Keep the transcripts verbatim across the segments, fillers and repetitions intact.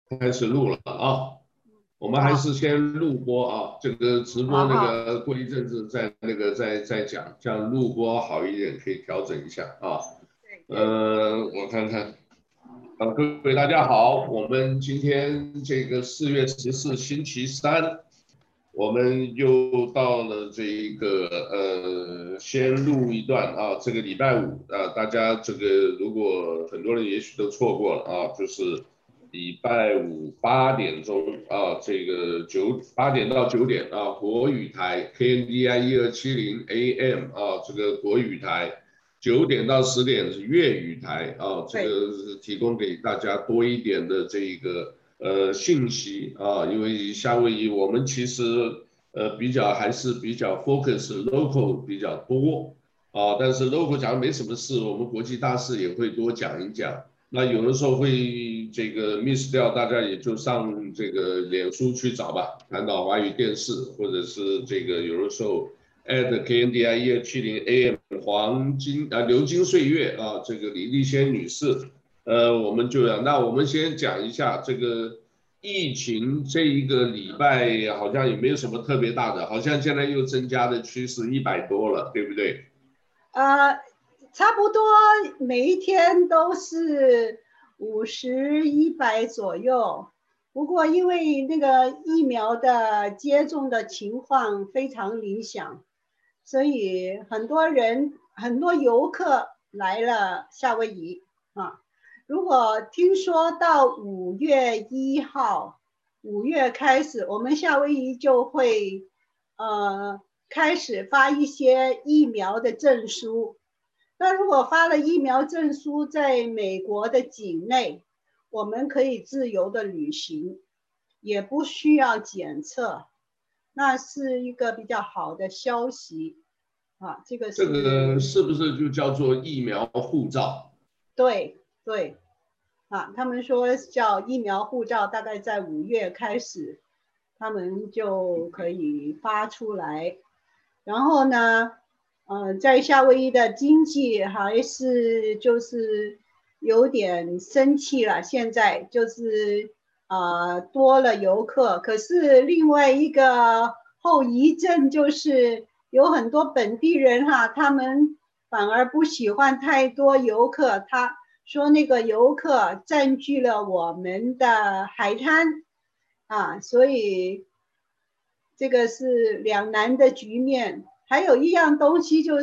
开始录了啊，我们还好， 是先录播啊，这个直播那好好， 个过一阵子再那个再再讲，这样录播好一点，可以调整一下啊。 对对， 呃，我看看，啊，各位大家好，我们今天这个四月十四星期三，我们又到了这一个呃，先录一段啊，这个礼拜五啊，大家这个如果很多人也许都错过了啊，就是礼拜五八点钟啊，这个九八点到九点啊，国语台 K N D I 一二七零 A M 啊，这个国语台。九点到十点是粤语台啊，这对， 个是提供给大家多一点的这个呃信息啊，因为夏威夷我们其实呃比较还是比较 focus local 比较多啊，但是 local 假如没什么事，我们国际大事也会多讲一讲。那有的时候会这个 miss 掉，大家也就上这个脸书去找吧，谈到华语电视，或者是这个有的时候 at K N D I 一二七零 A M 黄金啊流金岁月啊，这个李丽仙女士，呃，我们就要那我们先讲一下这个疫情这一个礼拜好像也没有什么特别大的，好像现在又增加的趋势一百多了，对不对？ 呃，差不多每一天都是五十、一百左右。不过因为那个疫苗的接种的情况非常理想，所以很多人、很多游客来了夏威夷啊。如果听说到五月一号，五月开始，我们夏威夷就会呃开始发一些疫苗的证书。那如果发了疫苗证书，在美国的境内，我们可以自由的旅行，也不需要检测，那是一个比较好的消息啊。这个这个是是不是就叫做疫苗护照？ 对对啊，他们说叫疫苗护照，大概在五月开始，他们就可以发出来。然后呢，呃，在夏威夷的经济还是就是有点生气了。现在就是呃多了游客，可是另外一个后遗症就是有很多本地人哈，他们反而不喜欢太多游客，他说那个游客占据了我们的海滩啊，所以这个是两难的局面。还有一样东西就是，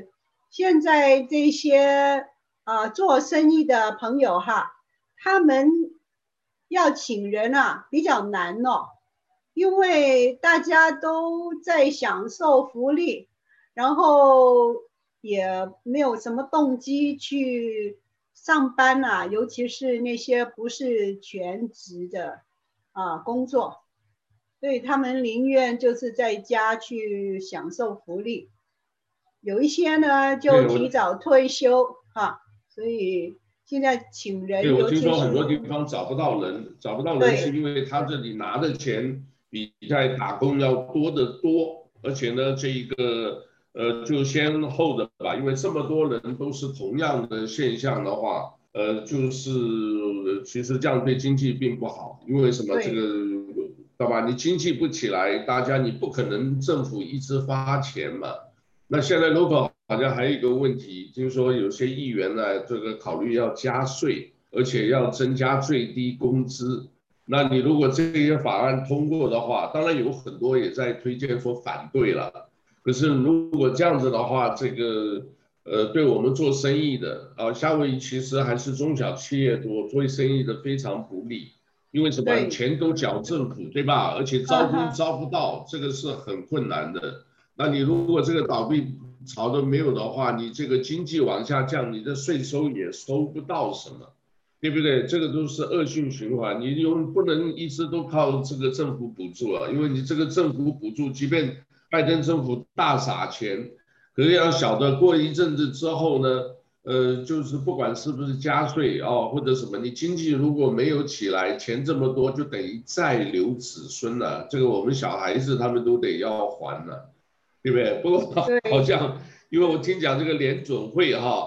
现在这些啊、呃做生意的朋友哈，他们要请人啊比较难哦，因为大家都在享受福利，然后也没有什么动机去上班啊，尤其是那些不是全职的啊工作。所以他们宁愿就是在家去享受福利，有一些呢就对，我提早退休哈，所以现在请对， 人， 我尤其听说很多地是方找不到人，找不到人是对因为他这里拿的钱比在打工要多得多，而且呢，这一个呃就先后的吧，因为这么多人都是同样的现象的话，呃，就是呃其实这样对经济并不好，因为什么这个， 对， 知道吧？你经济不起来，大家你不可能政府一直发钱嘛。那现在 local 好像还有一个问题，就是说有些议员呢，这个考虑要加税。而且要增加最低工资。那你如果这些法案通过的话，当然有很多也在推荐说反对了。可是如果这样子的话，这个呃，对我们做生意的啊，夏威夷其实还是中小企业多，做生意的非常不利。因为什么？ 对， 钱都缴政府，对吧？而且招工啊哈， 招不到，这个是很困难的。那你如果这个倒闭潮都没有的话，你这个经济往下降，你的税收也收不到什么。对不对？这个都是恶性循环，你用不能一直都靠这个政府补助啊，因为你这个政府补助，即便拜登政府大撒钱，可是要晓得过一阵子之后呢，呃，就是不管是不是加税哦，或者什么，你经济如果没有起来，钱这么多，就等于再留子孙了，这个我们小孩子他们都得要还了，对不对？不过好对， 像因为我听讲这个联准会哈。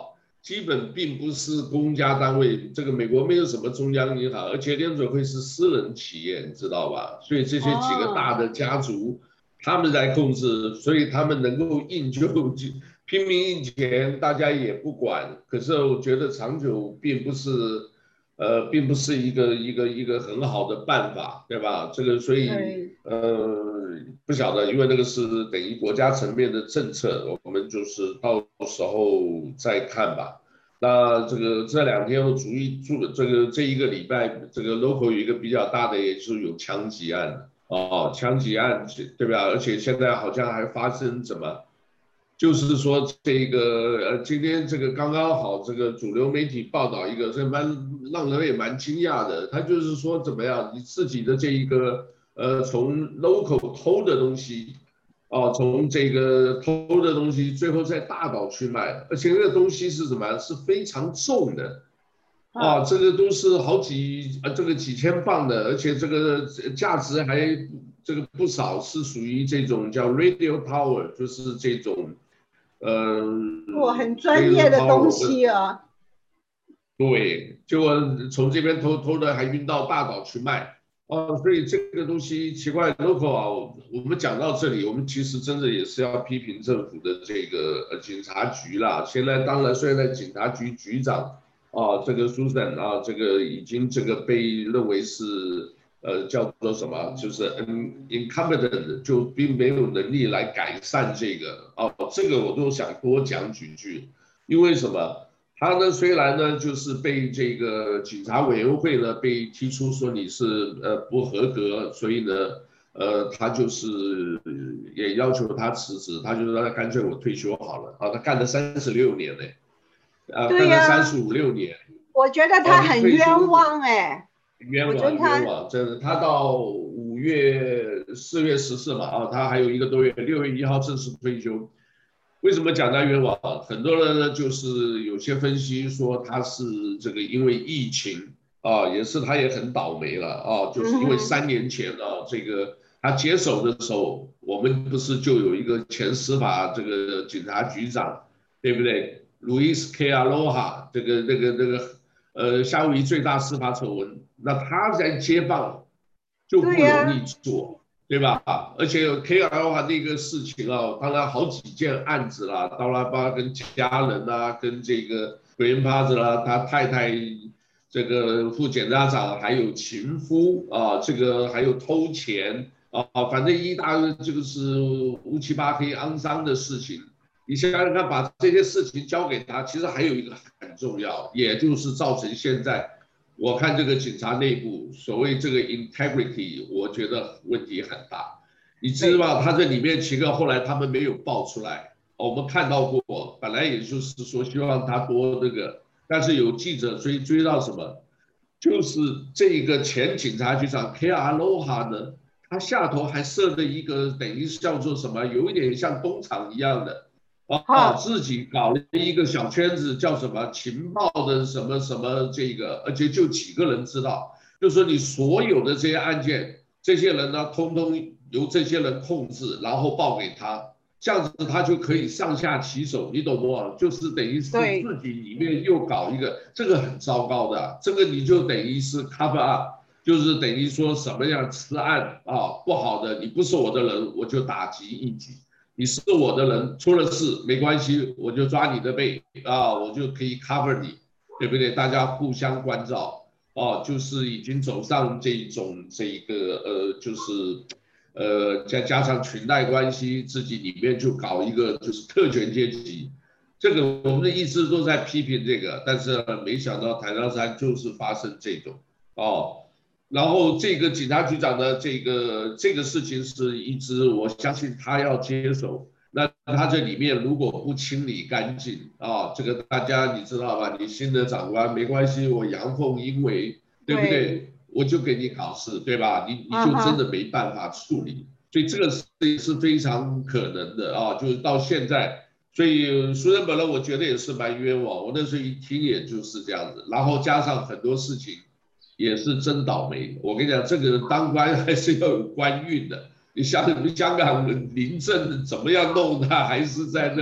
基本并不是公家单位，这个美国没有什么中央银行，而且联准会是私人企业，你知道吧？所以这些几个大的家族，他们在控制，所以他们能够印就拼命印钱，大家也不管。可是我觉得长久并不是，呃，并不是一个一个一个很好的办法，对吧？这个所以呃不晓得，因为那个是等于国家层面的政策，我们就是到时候再看吧。那这个这两天我注意注这个这一个礼拜，这个 local 有一个比较大的，也就是有枪击案哦，枪击案对吧？而且现在好像还发生怎么？就是说，这个呃，今天这个刚刚好，这个主流媒体报道一个，这蛮让人也蛮惊讶的。他就是说，怎么样，你自己的这一个呃，从 local 偷的东西，哦，从这个偷的东西，最后在大岛去卖，而且那个东西是什么？是非常重的，啊，这个都是好几呃，这个几千磅的，而且这个价值还这个不少，是属于这种叫 radio tower，就是这种。呃， 我很专业的东西啊。 对，就从这边偷偷的还运到大岛去卖哦，所以这个东西奇怪 local 啊，我们讲到这里，我们其实真的也是要批评政府的这个呃警察局啦。现在当然现在警察局局长啊，这个 Susan 啊，这个已经这个被认为是。呃，叫做什么？就是 incompetent， 就并没有能力来改善这个哦，这个我都想多讲几句，因为什么？他呢虽然呢就是被这个警察委员会呢被提出说你是呃不合格，所以呢呃他就是也要求他辞职，他就说那干脆我退休好了啊，他干了三十六年呢，啊干了三十五六年， 我觉得他很冤枉哎。 冤枉冤枉，真的，他到五月四月十四嘛啊，他还有一个多月，六月一号正式退休。为什么讲他冤枉？很多人呢就是有些分析说他是这个因为疫情啊，也是他也很倒霉了啊，就是因为三年前啊，这个他接手的时候，我们不是就有一个前司法这个警察局长，对不对？Luis K. Aloha， 这个那个那个呃夏威夷最大司法丑闻。那他在接棒就不容易做，对, 对吧？而且有 K L 啊那个事情啊，当然好几件案子啦，刀拉巴跟家人啊，跟这个 Grandpa 啦，他太太这个副检察长还有情夫啊，这个还有偷钱啊，反正一大堆这个是乌七八黑肮脏的事情。你想想看，把这些事情交给他，其实还有一个很重要，也就是造成现在。我看这个警察内部所谓这个 integrity， 我觉得问题很大。你知道他这里面几个后来他们没有爆出来，我们看到过，本来也就是说希望他多那个，但是有记者追追到什么，就是这个前警察局长 K R Aloha 呢，他下头还设了一个等于是叫做什么，有一点像工厂一样的。啊，自己搞了一个小圈子，叫什么情报的什么什么这个，而且就几个人知道，就说你所有的这些案件，这些人呢，通通由这些人控制，然后报给他，这样子他就可以上下其手，你懂不？就是等于是自己里面又搞一个，这个很糟糕的，这个你就等于是 cover up， 就是等于说什么样此案啊不好的，你不是我的人，我就打击一击。你是我的人，出了事没关系，我就抓你的背啊，我就可以 cover 你，对不对？大家互相关照哦，就是已经走上这种这个呃，就是呃，再加上裙带关系，自己里面就搞一个就是特权阶级，这个我们一直都在批评这个，但是没想到台上山就是发生这种哦。然后这个警察局长的这个这个事情是一直，我相信他要接手。那他这里面如果不清理干净啊，这个大家你知道吧？你新的长官没关系，我阳奉阴违，对不对？我就给你搞事，对吧？你你就真的没办法处理，所以这个是是非常可能的啊。就是到现在，所以苏人本人我觉得也是蛮冤枉。我那时候一听也就是这样子，然后加上很多事情。也是真倒霉，我跟你讲，这个当官还是要有官运的。你香香港临政怎么样弄，他还是在那里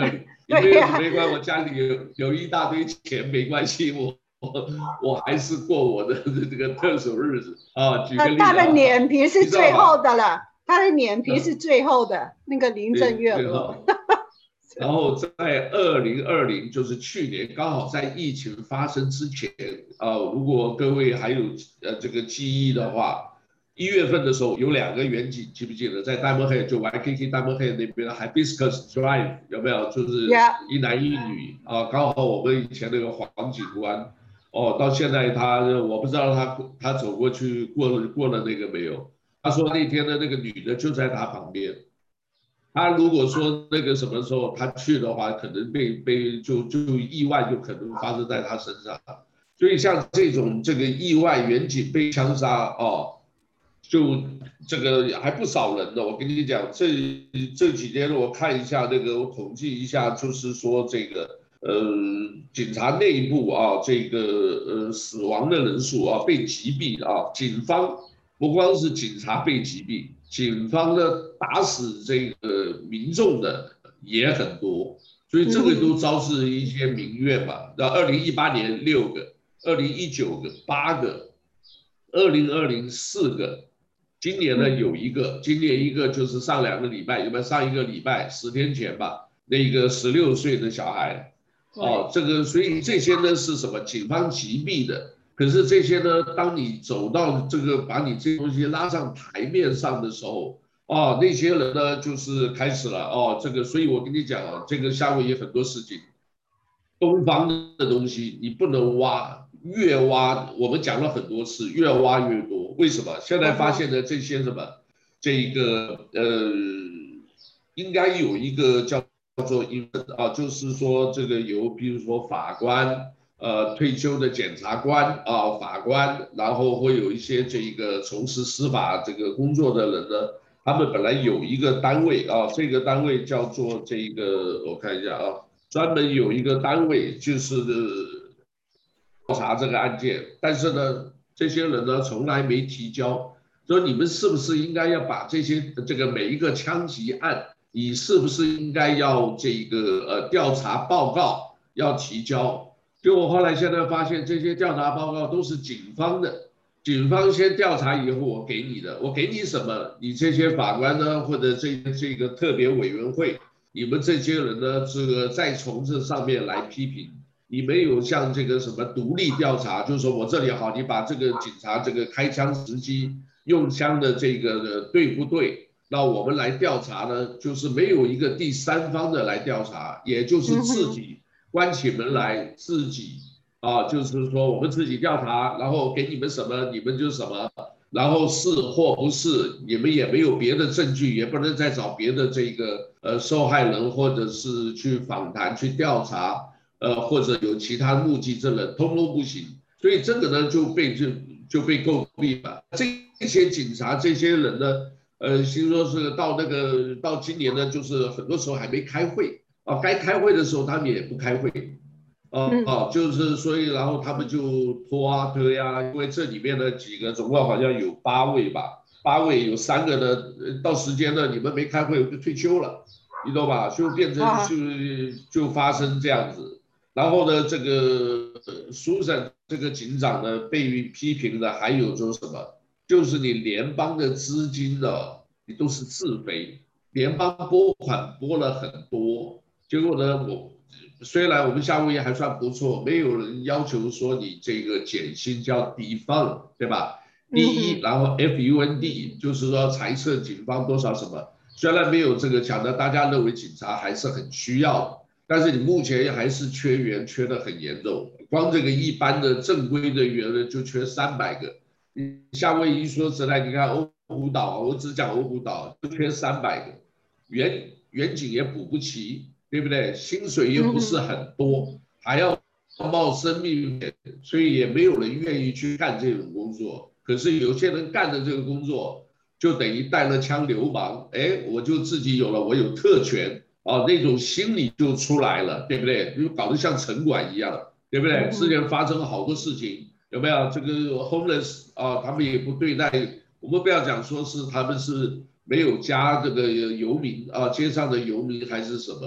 你没有没关系，我家里有有一大堆钱没关系，我我我还是过我的这个特殊日子啊。举个例子、啊， 他的脸皮是最厚的了，他的脸皮是嗯最厚的，那个林郑月娥。 然后在二零二零，就是去年，刚好在疫情发生之前啊、呃，如果各位还有呃这个记忆的话，一月份的时候有两个远景，记不记得？在 Diamond Head 就 Y K K Diamond Head 那边的 Hibiscus Drive 有没有？就是一男一女啊，刚好我们以前那个黄警官哦，到现在他我不知道他他走过去过了过了那个没有？他说那天的那个女的就在他旁边。他如果说那个什么时候他去的话，可能被被就就意外就可能发生在他身上，所以像这种这个意外远景被枪杀哦，就这个还不少人呢。我跟你讲，这这几天我看一下那个，我统计一下，就是说这个呃警察内部啊，这个呃死亡的人数啊，被击毙啊，警方不光是警察被击毙。警方呢打死这个民众的也很多，所以这个都招致一些民怨嘛。那二零一八年六个，二零一九个八个，二零二零四个，今年呢有一个，今年一个就是上两个礼拜，有没有上一个礼拜十天前吧？那个十六岁的小孩，哦，这个所以这些呢是什么？警方击毙的。可是这些呢，当你走到这个把你这些东西拉上台面上的时候，哦，那些人呢就是开始了哦，这个，所以我跟你讲啊，这个夏威夷很多事情，东方的东西你不能挖，越挖我们讲了很多次，越挖越多。为什么？现在发现的这些什么，这个呃，应该有一个叫做英文啊，就是说这个由比如说法官。呃，退休的检察官啊，法官，然后会有一些这个从事司法这个工作的人呢，他们本来有一个单位啊，这个单位叫做这个，我看一下啊，专门有一个单位就是调查这个案件，但是呢，这些人呢从来没提交，说你们是不是应该要把这些这个每一个枪击案，你是不是应该要这个呃调查报告要提交？结果后来现在发现，这些调查报告都是警方的，警方先调查以后，我给你的，我给你什么？你这些法官呢，或者这这个特别委员会，你们这些人呢，这个再从这上面来批评，你没有像这个什么独立调查，就是说我这里好，你把这个警察这个开枪时机、用枪的这个对不对？那我们来调查呢，就是没有一个第三方的来调查，也就是自己。关起门来自己啊，就是说我们自己调查，然后给你们什么，你们就什么，然后是或不是，你们也没有别的证据，也不能再找别的这个呃受害人或者是去访谈去调查，呃或者有其他目击证人，通通不行。所以这个呢就被就就被诟病了。这些警察这些人呢，呃，听说是到那个到今年呢，就是很多时候还没开会。哦，该开会的时候他们也不开会，哦哦，就是所以然后他们就拖啊推啊，因为这里面的几个总共好像有八位吧，八位有三个呢，到时间呢你们没开会就退休了，你懂吧？就变成就就发生这样子，然后呢，这个苏珊这个警长呢被批评的还有就是什么，就是你联邦的资金呢，你都是自费，联邦拨款拨了很多。结果呢，我虽然我们夏威夷还算不错，没有人要求说你这个减薪叫 defund， 对吧？第一，然后 F U N D 就是说裁撤警方多少什么，虽然没有这个强的，大家认为警察还是很需要的，但是你目前还是缺员，缺得很严重。光这个一般的正规的员呢，就缺三百个。夏威夷说实在，你看欧胡岛，我只讲欧胡岛，就缺三百个，远远景也补不齐。对不对？薪水又不是很多，还要冒生命险，所以也没有人愿意去干这种工作。可是有些人干的这个工作，就等于带了枪流氓，哎，我就自己有了，我有特权啊，那种心理就出来了，对不对？就搞得像城管一样，对不对？之前发生了好多事情，有没有？这个 homeless 啊，他们也不对待，我们不要讲说是他们是没有加这个游民啊，街上的游民还是什么。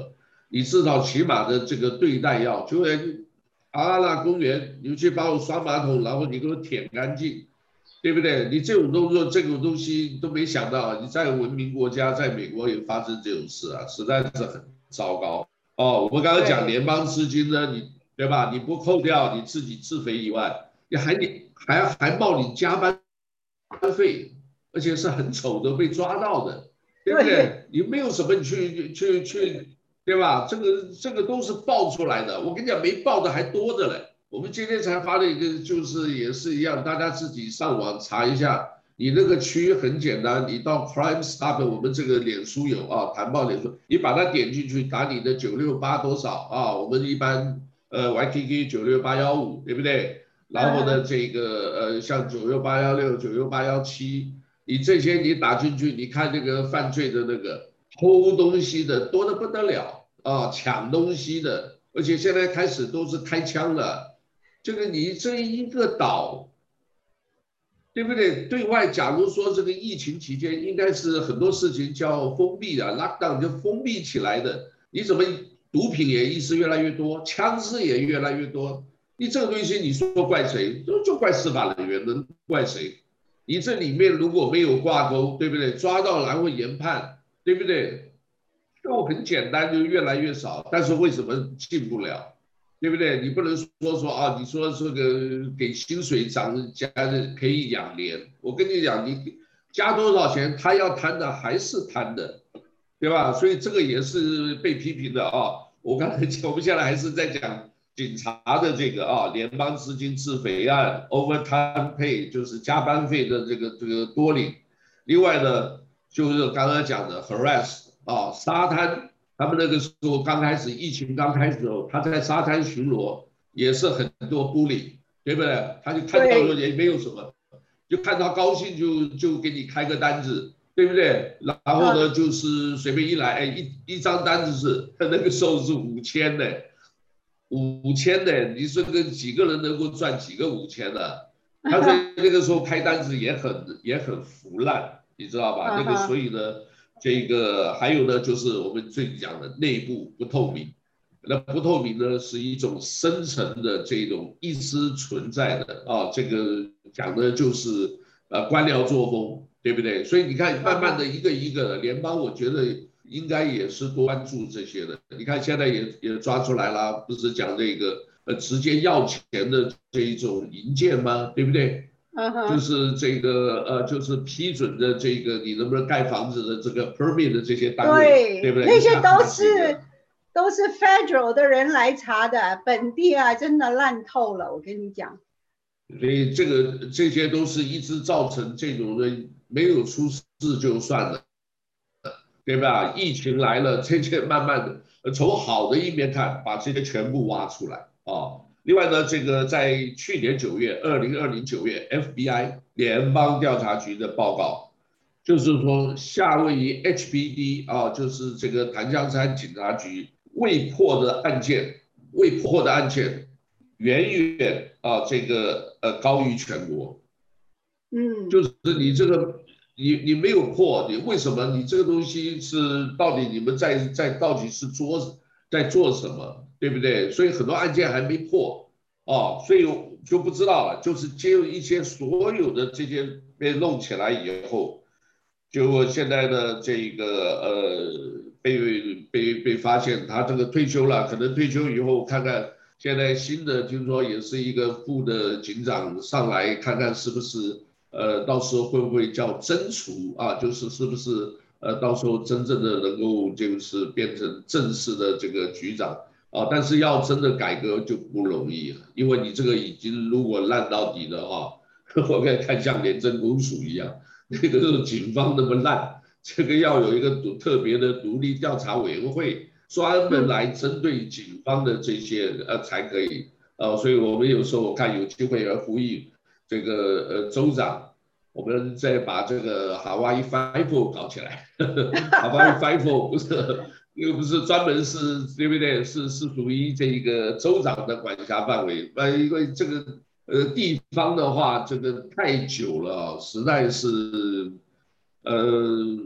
你至少起码的这个对待要，就连阿拉公园，你去帮我刷马桶，然后你给我舔干净，对不对？你这种动作，这种东西都没想到，你在文明国家，在美国也发生这种事啊，实在是很糟糕哦。我们刚刚讲联邦资金呢，你对吧？你不扣掉你自己自肥以外，你还你还还冒你加班费，而且是很丑的被抓到的，对不对？你没有什么去去去，对吧？这个这个都是爆出来的，我跟你讲，没爆的还多的嘞。我们今天才发了一个，就是也是一样，大家自己上网查一下。你那个区很简单，你到 Crime Stop 我们这个脸书有啊，谈报脸书，你把它点进去，打你的九六八多少啊？我们一般呃 Y K K 九六八幺五，对不对？然后呢，这个呃像九六八幺六、九六八幺七，你这些你打进去，你看那个犯罪的那个偷东西的多得不得了啊，抢东西的，而且现在开始都是开枪了。这个你这一个岛，对不对？对外，假如说这个疫情期间，应该是很多事情叫封闭的 ，lockdown 就封闭起来的。你怎么毒品也意识越来越多，枪支也越来越多？你这个东西，你说怪谁？就就怪司法人员，能怪谁？你这里面如果没有挂钩，对不对？抓到然后研判，对不对？就很简单，就越来越少。但是为什么进不了？对不对？你不能说说啊，你说这个给薪水涨加的可以两年，我跟你讲，你加多少钱，他要贪的还是贪的，对吧？所以这个也是被批评的啊。我刚才讲，我们现在还是在讲警察的这个啊，联邦资金自肥案 overtime pay 就是加班费的这个这个多领。另外呢，就是刚刚讲的 harass 啊，沙滩。他们那个时候刚开始疫情刚开始的时候，他在沙滩巡逻也是很多bully，对不对？他就看到说也没有什么，就看他高兴就就给你开个单子，对不对？然后呢就是随便一来，哎一一张单子是那个时候是五千的，五千的，你说个几个人能够赚几个五千的？他在那个时候开单子也很也很腐烂，你知道吧？那个所以呢。这个还有呢，就是我们最讲的内部不透明。那不透明呢，是一种深层的这种意识存在的啊。这个讲的就是呃官僚作风，对不对？所以你看，慢慢的一个一个的联邦，我觉得应该也是多关注这些的。你看现在也也抓出来了，不是讲这个呃直接要钱的这一种银件吗？对不对？就是这个呃，就是批准的这个你能不能盖房子的这个 permit 的这些单位，对不对？ 那些都是都是 federal 的人来查的，本地啊真的烂透了，我跟你讲。 所以这个这些都是一直造成这种人没有出事就算了，对吧？疫情来了，这些慢慢的从好的一面看，把这些全部挖出来啊。另外呢，这个在去年九月，二零二零九月 ，F B I 联邦调查局的报告，就是说夏威夷 H P D 啊，就是这个檀香山警察局未破的案件，未破的案件远远啊这个呃高于全国， 嗯， 就是你这个你你没有破，你为什么你这个东西是到底你们在在到底是做在做什么？对不对？所以很多案件还没破哦，所以就不知道了。就是接入一些所有的这些被弄起来以后，就现在的这个呃被被被发现他这个退休了，可能退休以后看看现在新的听说也是一个副的警长上来看看是不是呃到时候会不会叫真除啊？就是是不是呃到时候真正的能够就是变成正式的这个局长。啊，但是要真的改革就不容易了，因为你这个已经如果烂到底的话，我可以看像廉政公署一样，那个是警方那么烂，这个要有一个独特别的独立调查委员会，专门来针对警方的这些呃才可以。呃，所以我们有时候我看有机会要呼吁这个呃州长，我们再把这个 Hawaii Five 搞起来，Hawaii Five 不是。又不是专门是，对不对？是是属于这个州长的管辖范围，呃，因为这个呃地方的话，这个太久了，实在是呃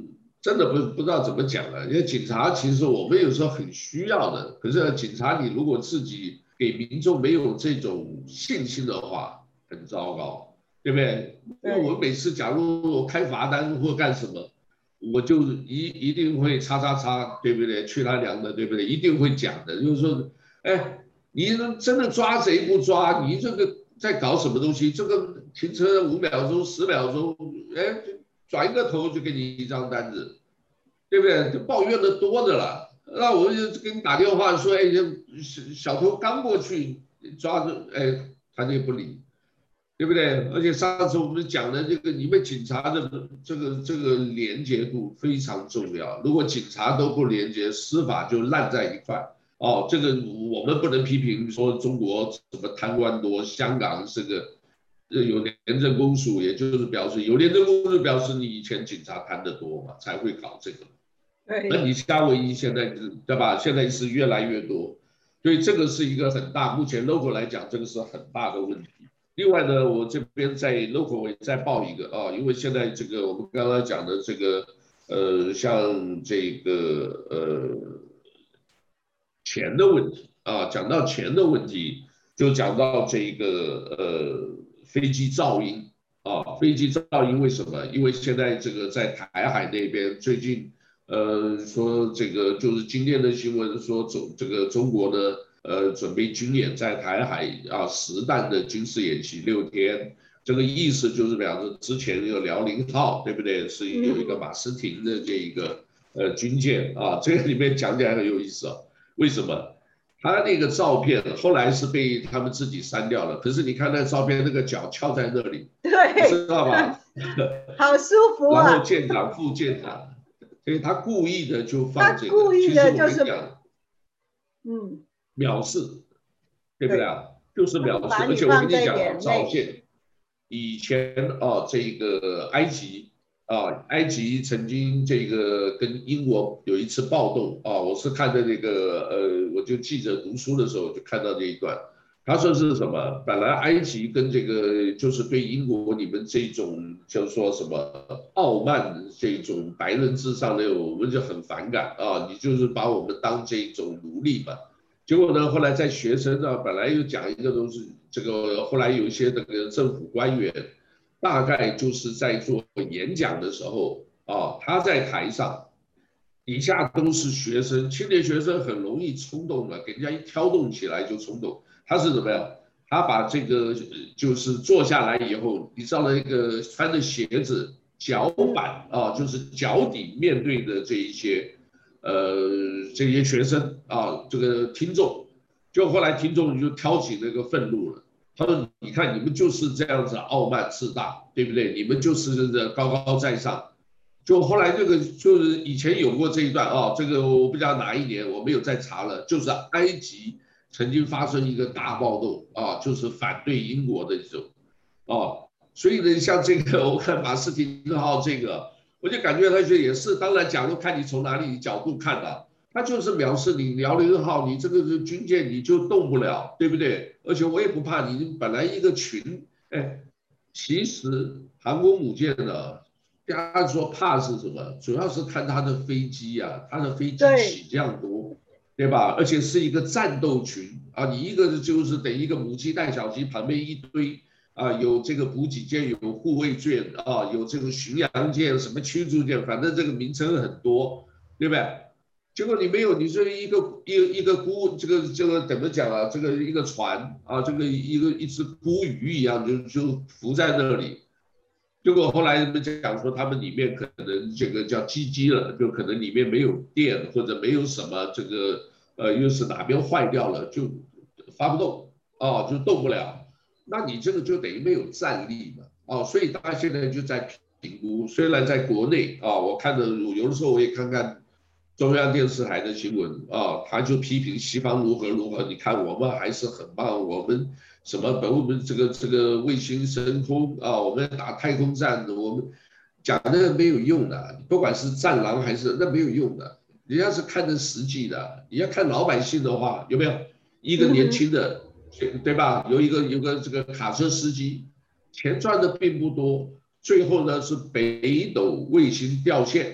真的不不知道怎么讲了。因为警察其实我们有时候很需要的，可是警察你如果自己给民众没有这种信心的话，很糟糕，对不对？因为我每次假如我开罚单或干什么，我就一一定会叉叉叉，对不对？去他娘的，对不对？一定会讲的，就是说，哎，你真的抓贼不抓？你这个在搞什么东西？这个停车五秒钟、十秒钟，哎，转一个头就给你一张单子，对不对？就抱怨的多的了。那我就给你打电话说，哎，小偷刚过去抓住，哎，他就不理。对不对？而且上次我们讲的这个，你们警察的这个这个廉洁度非常重要。如果警察都不廉洁，司法就烂在一块。哦，这个我们不能批评说中国什么贪官多，香港这个呃有廉政公署，也就是表示有廉政公署表示你以前警察贪得多嘛，才会搞这个。那你夏威夷现在对吧？现在是越来越多，所以这个是一个很大，目前 local 来讲，这个是很大的问题。另外呢，我这边在 local 也再报一个啊，因为现在这个我们刚刚讲的这个呃，像这个呃钱的问题啊，讲到钱的问题，就讲到这个呃飞机噪音啊，飞机噪音为什么？因为现在这个在台海那边最近呃说这个就是今天的新闻说中这个中国呢。呃，准备军演在台海啊实弹的军事演习六天，这个意思就是表示之前有辽宁号，对不对？是有一个马斯廷的这一个呃军舰啊，这个里面讲起来很有意思啊。为什么？他那个照片后来是被他们自己删掉了，可是你看那照片，那个脚翘在那里， 对， 知道吧？ 好舒服啊。 然后舰长、副舰长，所以他故意的就放这个。 他故意的就是， 嗯。藐视，对不对？就是藐视，而且我跟你讲，照片以前啊，这个埃及啊，埃及曾经这个跟英国有一次暴动啊，我是看的那个呃，我就记者读书的时候就看到这一段，他说是什么？本来埃及跟这个就是对英国你们这种就是说什么傲慢这种白人至上的，我们就很反感啊，你就是把我们当这种奴隶嘛。结果呢，后来在学生呢，本来又讲一个东西，这个后来有一些这个政府官员，大概就是在做演讲的时候啊，他在台上，底下都是学生，青年学生很容易冲动的，给人家一挑动起来就冲动。他是怎么样？他把这个就是坐下来以后，你知道那个穿的鞋子脚板啊，就是脚底面对的这一些。呃，这些学生啊，这个听众，就后来听众就挑起那个愤怒了。他说：“你看，你们就是这样子傲慢自大，对不对？你们就是这高高在上。”就后来这个就是以前有过这一段啊，这个我不知道哪一年，我没有再查了。就是埃及曾经发生一个大暴动啊，就是反对英国的这种啊，所以呢，像这个我看马斯廷号这个。我就感觉他就也是，当然假如看你从哪里角度看的，他就是藐视你辽宁号，你这个是军舰你就动不了，对不对？而且我也不怕你本来一个群，哎，其实航空母舰呢，大家说怕是什么？主要是看它的飞机啊，它的飞机起降多，对吧？而且是一个战斗群啊，你一个就是等一个母鸡带小鸡旁边一堆。啊，有这个补给舰，有护卫舰啊，有这个巡洋舰，什么驱逐舰，反正这个名称很多，对不对？结果你没有，你这一个一个一个孤，这个这个怎么讲啊？这个一个船啊，这个一个一只孤鱼一样，就就浮在那里。结果后来人们讲说，他们里面可能这个叫机机了，就可能里面没有电或者没有什么这个呃，又是哪边坏掉了，就发不动啊，就动不了。那你这个就等于没有战力嘛，哦，所以大家现在就在评估。虽然在国内啊，我看的有的时候我也看看中央电视台的新闻啊，他就批评西方如何如何，你看我们还是很棒，我们什么我们这个这个卫星升空啊，我们打太空战，我们讲那个没有用的，不管是战狼还是那没有用的，人家是看的实际的，你要看老百姓的话，有没有一个年轻的？对吧？有一个有个这个卡车司机，钱赚的并不多，最后呢是北斗卫星掉线，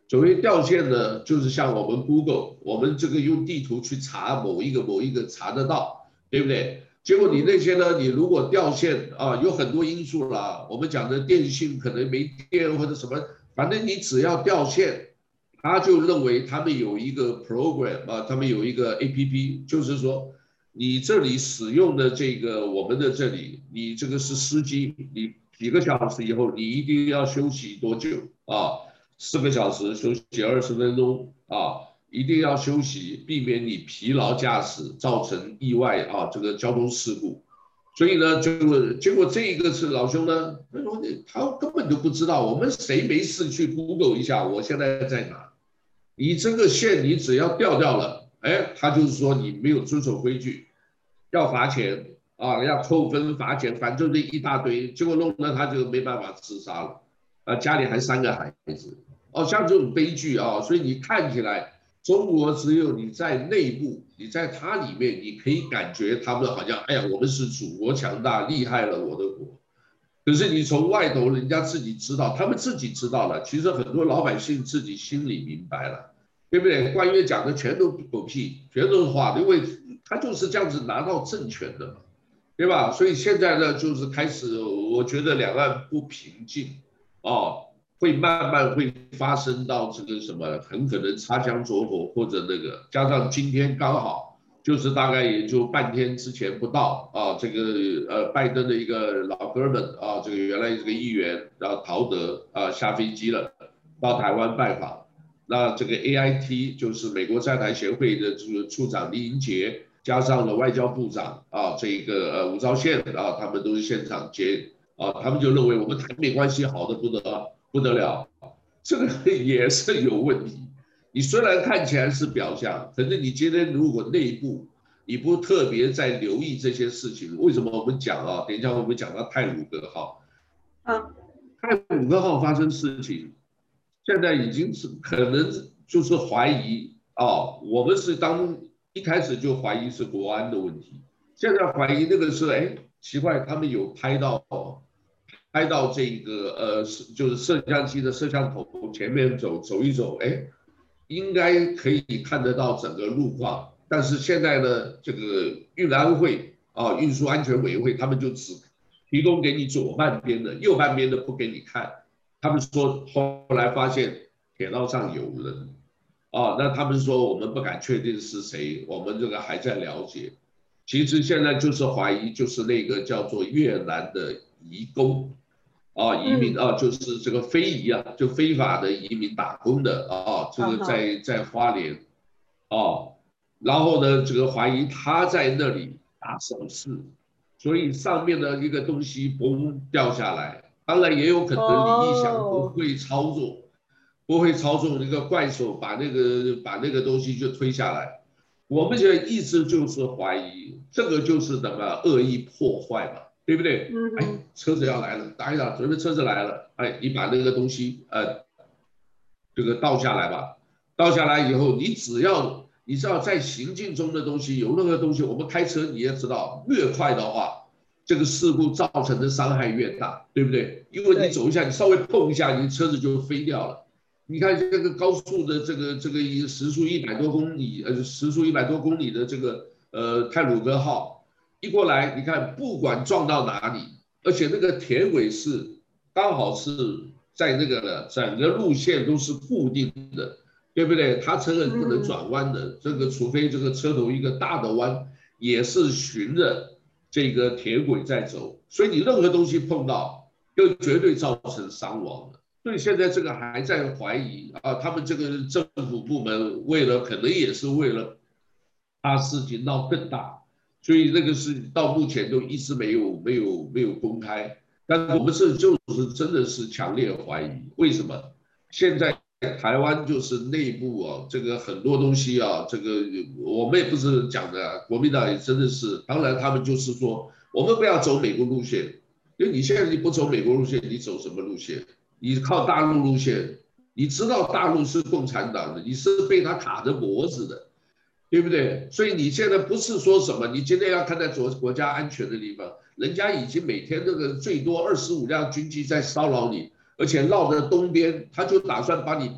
所谓掉线呢，就是像我们 Google， 我们这个用地图去查某一个某一个查得到，对不对？结果你那些呢，你如果掉线啊，有很多因素啦，我们讲的电信可能没电或者什么，反正你只要掉线，他就认为他们有一个 program 啊，他们有一个 A P P， 就是说你这里使用的这个我们的这里，你这个是司机，你几个小时以后你一定要休息多久啊？四个小时休息二十分钟啊，一定要休息，避免你疲劳驾驶造成意外啊，这个交通事故。所以呢，就结果这一个是老兄呢，他说他根本就不知道，我们谁没事去 Google 一下，我现在在哪？你这个线你只要掉掉了，哎，他就是说你没有遵守规矩，要罚钱啊，要扣分罚钱，反正这一大堆，结果弄得他就没办法自杀了。啊，家里还三个孩子，哦，像这种悲剧啊，所以你看起来中国只有你在内部，你在它里面，你可以感觉他们好像，哎呀，我们是祖国强大，厉害了我的国。可是你从外头，人家自己知道，他们自己知道了，其实很多老百姓自己心里明白了，对不对？官员讲的全都狗屁，全都是话，因为他就是这样子拿到政权的嘛，对吧？所以现在呢，就是开始，我觉得两岸不平静。哦，会慢慢会发生到这个什么，很可能擦枪走火或者那个，加上今天刚好就是大概也就半天之前不到啊，这个呃拜登的一个老哥们啊，这个原来这个议员然后陶德啊下飞机了，到台湾拜访，那这个 A I T 就是美国在台协会的这个处长李英杰，加上了外交部长啊这个呃吴钊燮啊，他们都是现场接。啊，他们就认为我们台美关系好的不得不得了，这个也是有问题。你虽然看起来是表象，可是你今天如果内部你不特别在留意这些事情，为什么我们讲啊？等一下我们讲到太鲁阁号，啊，太鲁阁号发生事情，现在已经是可能就是怀疑啊，我们是当一开始就怀疑是国安的问题，现在怀疑那个是哎奇怪，他们有拍到。拍到这个呃，就是摄像机的摄像头前面走走一走，哎，应该可以看得到整个路况。但是现在呢，这个运安会啊，运输安全委员会，他们就只提供给你左半边的，右半边的不给你看。他们说后来发现铁道上有人，啊，那他们说我们不敢确定是谁，我们这个还在了解。其实现在就是怀疑，就是那个叫做越南的移工。啊，移民啊，就是这个非移啊，就非法的移民打工的啊，这个在在花莲，啊，然后呢，这个怀疑他在那里打手势，所以上面的一个东西嘣掉下来，当然也有可能李义祥不会操作，不会操纵那个怪手把那个把那个东西就推下来，我们现在一直就是怀疑，这个就是什么恶意破坏嘛。对不对？哎，车子要来了，打一打，准备车子来了，哎，你把那个东西呃，这个倒下来吧。倒下来以后，你只要你知道在行进中的东西有任何东西，我们开车你也知道，越快的话，这个事故造成的伤害越大，对不对？因为你走一下，你稍微碰一下，你车子就飞掉了。你看这个高速的这个这个时速一百多公里，呃，时速一百多公里的这个呃太鲁阁号。一过来，你看不管撞到哪里，而且那个铁轨是刚好是在那个呢，整个路线都是固定的，对不对？它车是不能转弯的，这个除非这个车头一个大的弯，也是循着这个铁轨在走，所以你任何东西碰到，就绝对造成伤亡的。所以现在这个还在怀疑啊，他们这个政府部门为了可能也是为了怕事情闹更大。所以那个是到目前都一直没有没有没有公开，但我们是就是真的是强烈怀疑，为什么现在台湾就是内部啊，这个很多东西啊，这个我们也不是讲的，国民党也真的是，当然他们就是说我们不要走美国路线，因为你现在你不走美国路线，你走什么路线？你靠大陆路线，你知道大陆是共产党的，你是被他卡着脖子的。对不对？所以你现在不是说什么，你今天要看在国国家安全的地方，人家已经每天那个最多二十五辆军机在骚扰你，而且绕着东边，他就打算把你包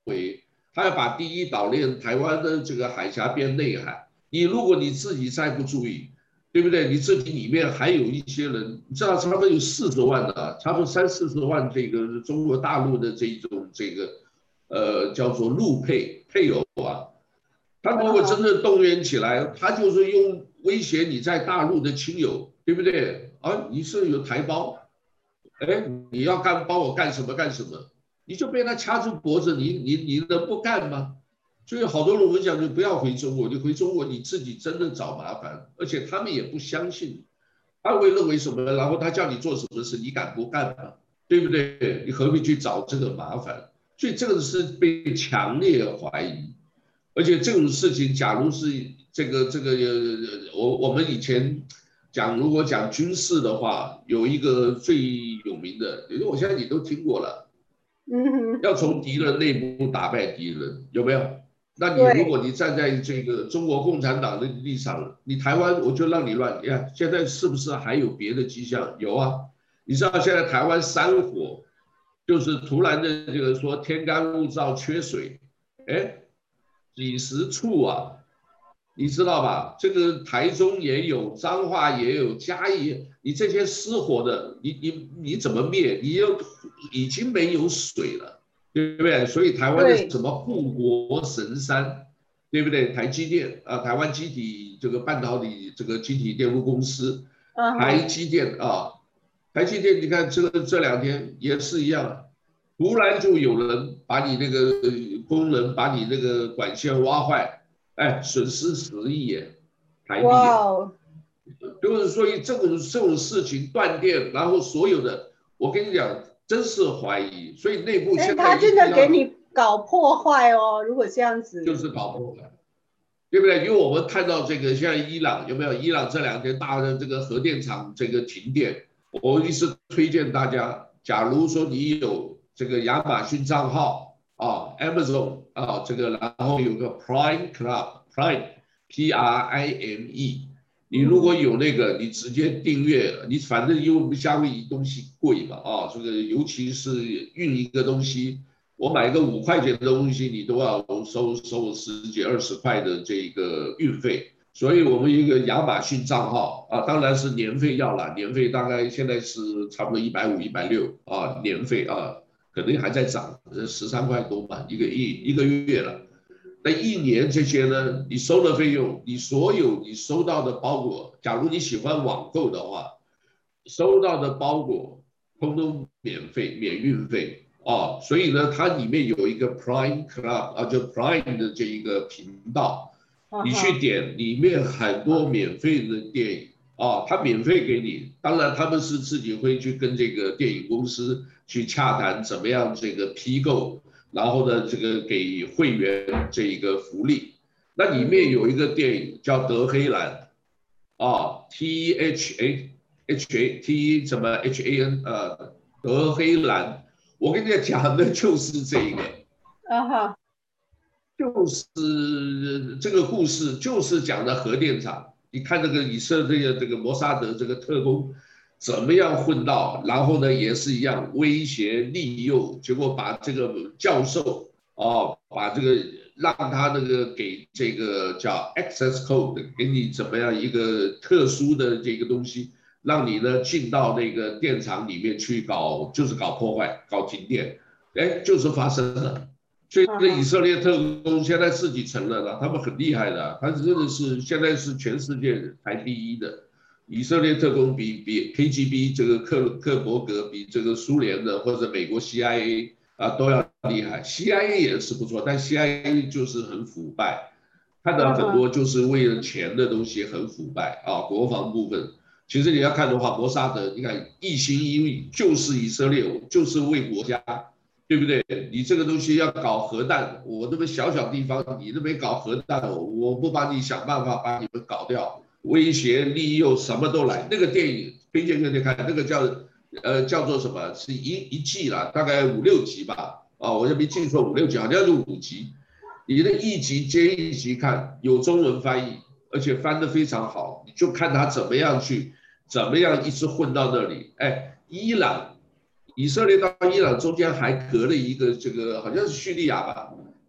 围，他要把第一岛链台湾的这个海峡变内海。你如果你自己再不注意，对不对？你自己里面还有一些人，你知道差不多有四十万的、啊，差不多三四十万这个中国大陆的这种这个呃叫做陆配配偶啊，他如果真正动员起来，他就是用威胁你在大陆的亲友，对不对？啊，你是有台胞，哎，你要干帮我干什么干什么，你就被他掐住脖子，你你你能不干吗？所以好多人我讲就不要回中国，你回中国你自己真的找麻烦，而且他们也不相信，他会认为什么？然后他叫你做什么事，你敢不干吗？对不对？你何必去找这个麻烦？所以这个是被强烈怀疑，而且这种事情，假如是这个这个呃，我我们以前讲，如果讲军事的话，有一个最有名的，因为我相信你都听过了， 嗯， 要从敌人内部打败敌人，有没有？那你如果你站在这个中国共产党的立场，你台湾我就让你乱，你看现在是不是还有别的迹象？有啊，你知道现在台湾山火，就是突然的这个说天干物燥缺水，哎，几十处啊，你知道吧？这个台中也有，彰化也有，嘉义，你这些失火的，你你你怎么灭？你又已经没有水了。对不对？所以台湾的什么护国神山，对不对？台积电啊，台湾基体这个半导体这个基体电路公司，台积电啊，台积电，你看这个这两天也是一样，突然就有人把你那个工人把你那个管线挖坏，哎，损失十亿耶，台币耶，就是所以这种这种事情断电，然后所有的，我跟你讲。真是怀疑，所以内部现在他真的给你搞破坏哦。如果这样子， 就是搞破坏，对不对？因为我们看到这个，像伊朗有没有？伊朗这两天大的这个核电厂这个停电，我一直推荐大家，假如说你有这个亚马逊账号啊 ，Amazon 啊，这个然后有个 Prime Club Prime P R I M E。你如果有那个，你直接订阅，你反正因为夏威夷东西贵嘛，啊，这个尤其是运一个东西，我买个五块钱的东西，你都要收收十几二十块的这个运费，所以我们一个亚马逊账号啊，当然是年费要了，年费大概现在是差不多一百五、一百六啊，年费啊，可能还在涨，十三块多吧，一个一一个月了。那一年这些呢，你收的费用，你所有你收到的包裹，假如你喜欢网购的话，收到的包裹通通免费，免运费啊。所以呢，它里面有一个 Prime Club 啊，就 Prime 的这一个频道，你去点，里面很多免费的电影啊，它免费给你。当然，他们是自己会去跟这个电影公司去洽谈，怎么样这个批购。然后呢，这个给会员这一个福利，那里面有一个电影叫《德黑兰》啊 ，T H A H A T 什么 H A N 呃，德黑兰，我跟你讲的就是这个， 啊哈， 就是这个故事就是讲的核电厂，你看这个以色列的这个摩萨德这个特工。怎么样混到，然后呢也是一样威胁利诱，结果把这个教授哦，把这个让他那个给这个叫 access code， 给你怎么样一个特殊的这个东西，让你呢进到那个电厂里面去搞，就是搞破坏、搞停电，哎，就是发生了。所以这以色列特工现在自己承认了，他们很厉害的，他真的是现在是全世界排第一的。以色列特工比比 K G B 这个克克伯格比这个苏联的或者美国 C I A 啊都要厉害 ，C I A 也是不错，但 C I A 就是很腐败，看到很多就是为了钱的东西很腐败啊。国防部分，其实你要看的话，摩萨德，你看一心一意就是以色列，就是为国家，对不对？你这个东西要搞核弹，我那么小小地方，你那边搞核弹，我不把你想办法把你们搞掉。威胁、利诱什么都来。那个电影推荐给你看，那个叫呃叫做什么？是一一季啦，大概五六集吧。啊，我也没记错，五六集，好像是五集。你的一集接一集看，有中文翻译，而且翻得非常好。你就看他怎么样去，怎么样一直混到那里。哎，伊朗、以色列到伊朗中间还隔了一个这个，好像是叙利亚吧。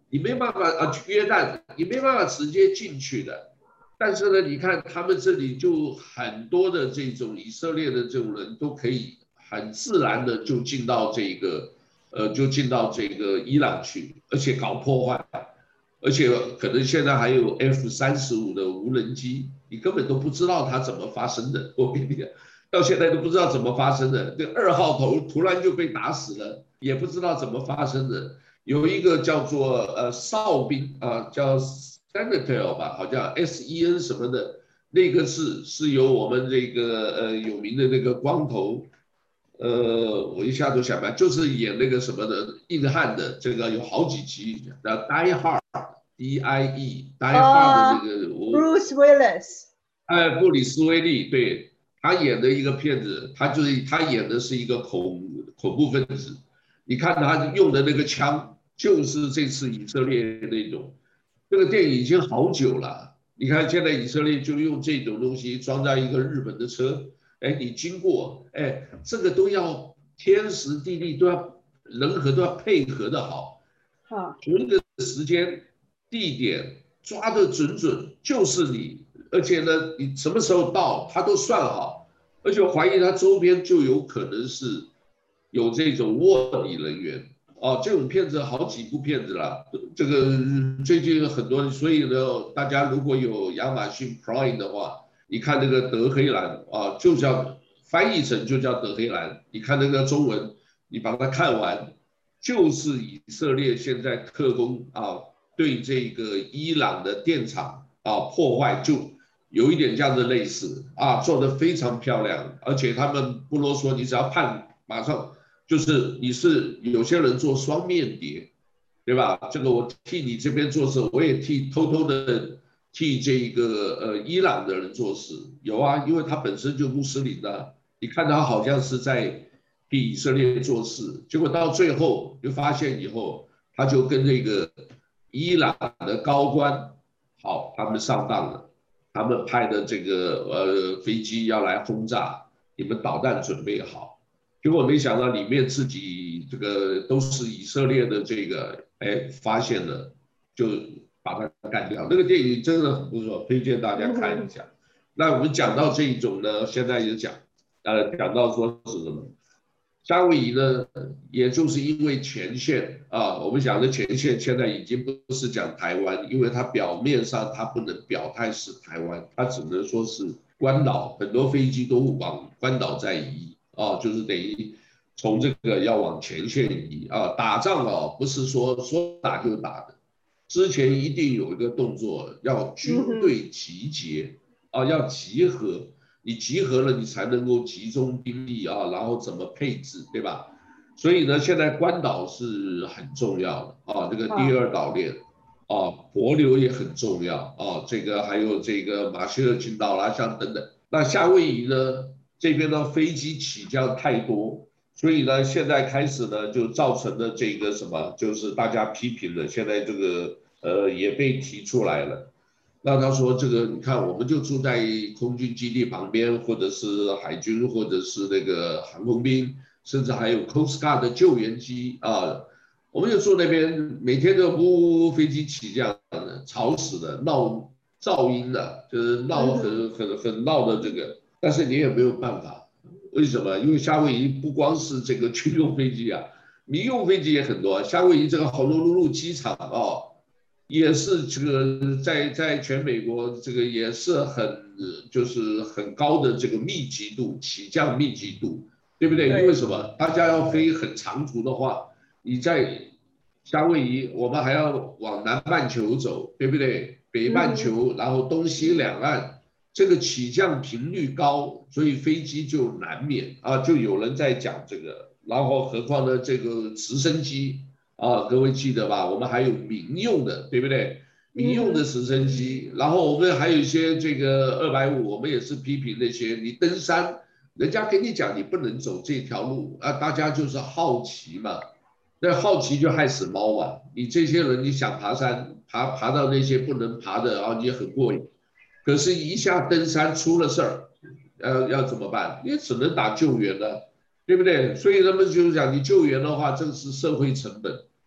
你没办法啊，约旦你没办法直接进去的。但是呢，你看他们这里就很多的这种以色列的这种人都可以很自然的就进到这个，呃，就进到这个伊朗去，而且搞破坏，而且可能现在还有 F 三十五的无人机，你根本都不知道它怎么发生的。我跟你讲，到现在都不知道怎么发生的。这二号头突然就被打死了，也不知道怎么发生的。有一个叫做呃哨兵啊，叫 Senator 吧，好像 S E N 什么的，那个是是由我们这个呃有名的那个光头，呃，我一下都想不来，就是演那个什么的硬汉的，这个有好几集，叫 Die Hard，D I E，Die Hard 的那个我 Bruce Willis， 哎，布里斯威利，对，他演的一个片子，他就是他演的是一个恐恐怖分子，你看他用的那个枪，就是这次以色列那种，这个电影已经好久了。你看现在以色列就用这种东西装在一个日本的车，哎，你经过，哎，这个都要天时地利都要人和都要配合的好， 啊， 同一个时间地点抓得准准，就是你。而且呢，你什么时候到，他都算好，而且我怀疑他周边就有可能是有这种卧底人员哦。这种片子好几部片子了，这个最近很多，所以呢，大家如果有亚马逊 Prime 的话，你看那个德黑兰啊，就叫翻译成就叫德黑兰，你看那个中文，你把它看完，就是以色列现在特工啊对这个伊朗的电厂啊破坏就。有一点这样的类似啊，做得非常漂亮，而且他们不啰嗦，你只要判，马上就是你是有些人做双面谍，对吧？这个我替你这边做事，我也替偷偷的替这个呃伊朗的人做事，有啊，因为他本身就穆斯林的，你看他好像是在替以色列做事，结果到最后就发现以后，他就跟那个伊朗的高官，好，他们上当了。他们派的这个呃飞机要来轰炸，你们导弹准备好，结果没想到里面自己这个都是以色列的这个，哎，发现了就把它干掉。那个电影真的很不错，推荐大家看一下。那我们讲到这一种呢，现在也讲，呃，讲到说是什么？夏威夷呢，也就是因为前线啊，我们讲的前线现在已经不是讲台湾，因为它表面上它不能表态是台湾，它只能说是关岛，很多飞机都往关岛在移啊，就是等于从这个要往前线移啊。打仗啊，不是说说打就打的，之前一定有一个动作，要军队集结啊，要集合。你集合了，你才能够集中兵力啊，然后怎么配置，对吧？所以呢，现在关岛是很重要的啊，这个第二岛链啊，帛琉也很重要啊，这个还有这个马歇尔群岛啦，像等等。那夏威夷呢，这边的飞机起降太多，所以呢，现在开始呢，就造成了这个什么，就是大家批评的，现在这个呃也被提出来了。那他说这个，你看，我们就住在空军基地旁边，或者是海军，或者是那个航空兵，甚至还有 Coast Guard 的救援机啊，我们就住那边，每天都呜呜飞机起降的，吵死的，闹噪音的，就是闹很很很闹的这个，但是你也没有办法，为什么？因为夏威夷不光是这个军用飞机啊，民用飞机也很多，夏威夷这个honolulu露露机场啊。也是这个在在全美国这个也是很就是很高的这个密集度起降密集度，对不对？因为什么？大家要飞很长途的话，你在夏威夷，我们还要往南半球走，对不对？北半球，然后东西两岸，这个起降频率高，所以飞机就难免啊，就有人在讲这个，然后何况呢，这个直升机。啊，各位记得吧？我们还有民用的，对不对？民用的直升机，然后我们还有一些这个二百五，我们也是批评那些你登山，人家跟你讲你不能走这条路啊，大家就是好奇嘛，那好奇就害死猫啊！你这些人你想爬山，爬爬到那些不能爬的啊，你也很过瘾，可是一下登山出了事儿，呃，要怎么办？你只能打救援了。对不对？所以他们就是讲，你救援的话，这个是社会成本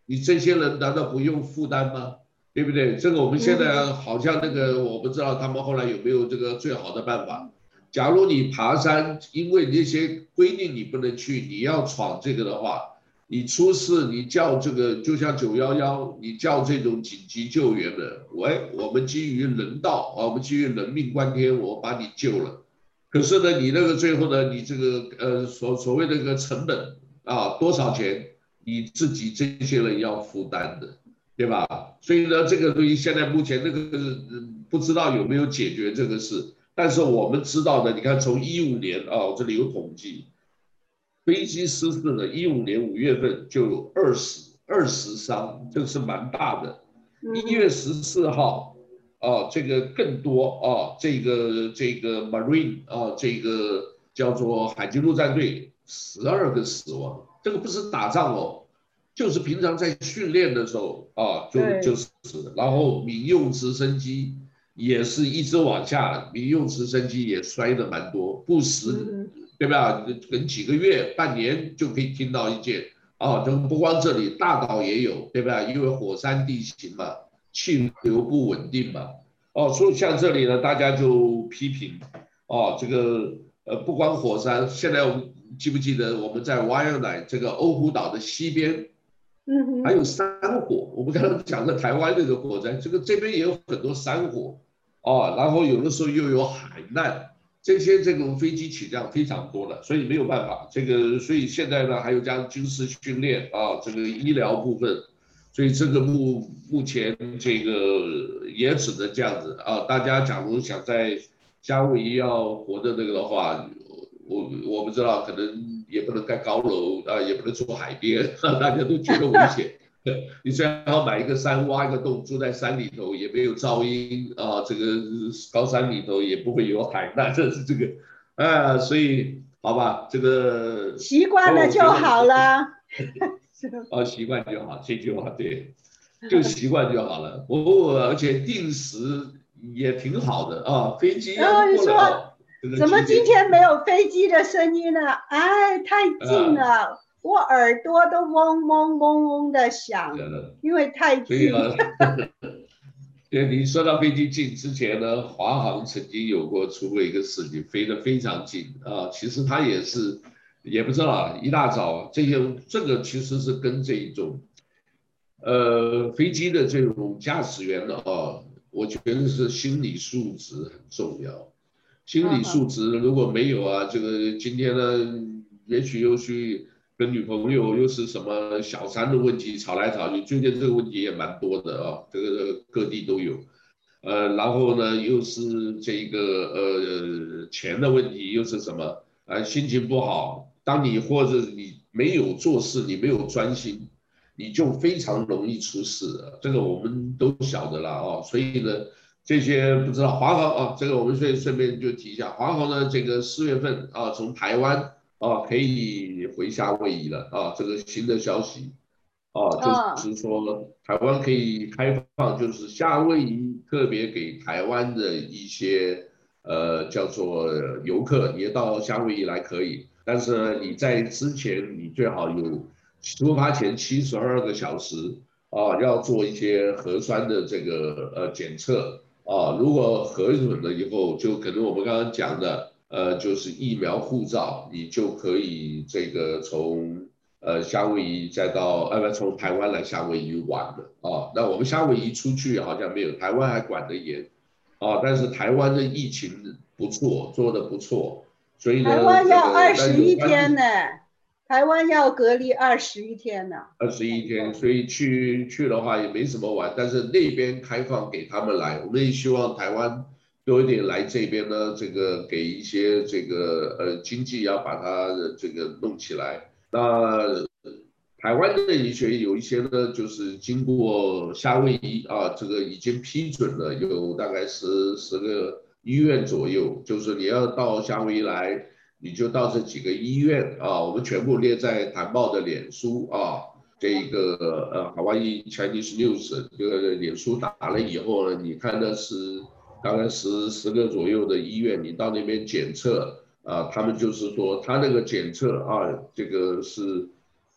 你这些人难道不用负担吗？对不对？这个我们现在好像那个我不知道他们后来有没有这个最好的办法。假如你爬山，因为那些规定你不能去，你要闯这个的话，你出事你叫这个就像九一一，你叫这种紧急救援的，喂，我们基于人道啊，我们基于人命关天，我把你救了。可是呢，你那个最后呢，你这个呃所所谓的一个成本啊，多少钱，你自己这些人要负担的，对吧？所以呢，这个东西现在目前那个嗯不知道有没有解决这个事，但是我们知道的，你看从一五年啊，这里有统计，飞机失事呢，一五年五月份就有二十二十伤，这个是蛮大的。一月十四号，啊，这个更多啊，这个这个 Marine 啊，这个叫做海军陆战队十二个死亡，这个不是打仗哦，就是平常在训练的时候啊，就就死了。然后民用直升机也是一直往下，民用直升机也摔的蛮多，不时对吧？可能几个月、半年就可以听到一件啊，就不光这里，大岛也有，对吧？因为火山地形嘛，气流不稳定嘛，哦，所以像这里呢，大家就批评哦，这个呃，不光火山，现在我们记不记得我们在瓦尔乃这个欧胡岛的西边，还有山火，我们刚刚讲的台湾那个火灾，这个这边也有很多山火哦，然后有的时候又有海难。这些这种飞机起降非常多的，所以没有办法，这个所以现在呢还有加军事训练啊，这个医疗部分，所以这个目目前这个也只能这样子啊。大家假如想在夏威夷要活的那个的话，我我不知道，可能也不能盖高楼啊，也不能住海边，大家都觉得危险。你最好买一个山，挖一个洞，住在山里头，也没有噪音啊。这个高山里头也不会有海难，这是这个啊。所以好吧，这个习惯了就好了。 哦，习惯就好，这句话对，就习惯就好了。我而且定时也挺好的啊，飞机要过来哦。 怎么今天没有飞机的声音呢？哎，太近了。啊，我耳朵都嗡嗡嗡嗡的响，因为太近。所以呢，对你说到飞机近之前呢，华航曾经有过出过一个事情，飞得非常近啊。其实它也是，也不知道啊，一大早这些这个其实是跟这一种，呃，飞机的这种驾驶员的啊，我觉得是心理素质很重要。心理素质如果没有啊，这个今天呢，也许又去跟女朋友又是什么小三的问题吵来吵去，最近这个问题也蛮多的啊，这个各地都有。呃，然后呢，又是这个呃钱的问题，又是什么？呃，心情不好，当你或者你没有做事，你没有专心，你就非常容易出事了。这个我们都晓得了啊，所以呢。这些不知道华航啊，这个我们顺顺便就提一下，华航呢，这个四月份啊，从台湾啊可以回夏威夷了啊，这个新的消息啊，就是说台湾可以开放，就是夏威夷特别给台湾的一些呃叫做游客，你到夏威夷来可以，但是呢，你在之前你最好有出发前七十二个小时啊，要做一些核酸的这个呃检测。啊，如果核准了以后，就可能我们刚刚讲的，呃，就是疫苗护照，你就可以这个从呃夏威夷再到呃不从台湾来夏威夷玩了啊。那我们夏威夷出去好像没有，台湾还管得严啊。但是台湾的疫情不错，做得不错，所以呢， 台湾要二十一天呢。台湾要隔离二十一天呢， 二十一天，所以去去的话也没什么玩，但是那边开放给他们来，我们也希望台湾多一点来这边呢，这个给一些这个呃经济要把它这个弄起来。那台湾的一些有一些呢，就是经过夏威夷啊，这个已经批准了，有大概十十个医院左右，就是你要到夏威夷来。你就到这几个医院啊，我们全部列在谈报的脸书啊，这个呃Hawaii Chinese News 这个脸书打了以后呢，你看的是大概十十个左右的医院，你到那边检测啊，他们就是说他那个检测啊，这个是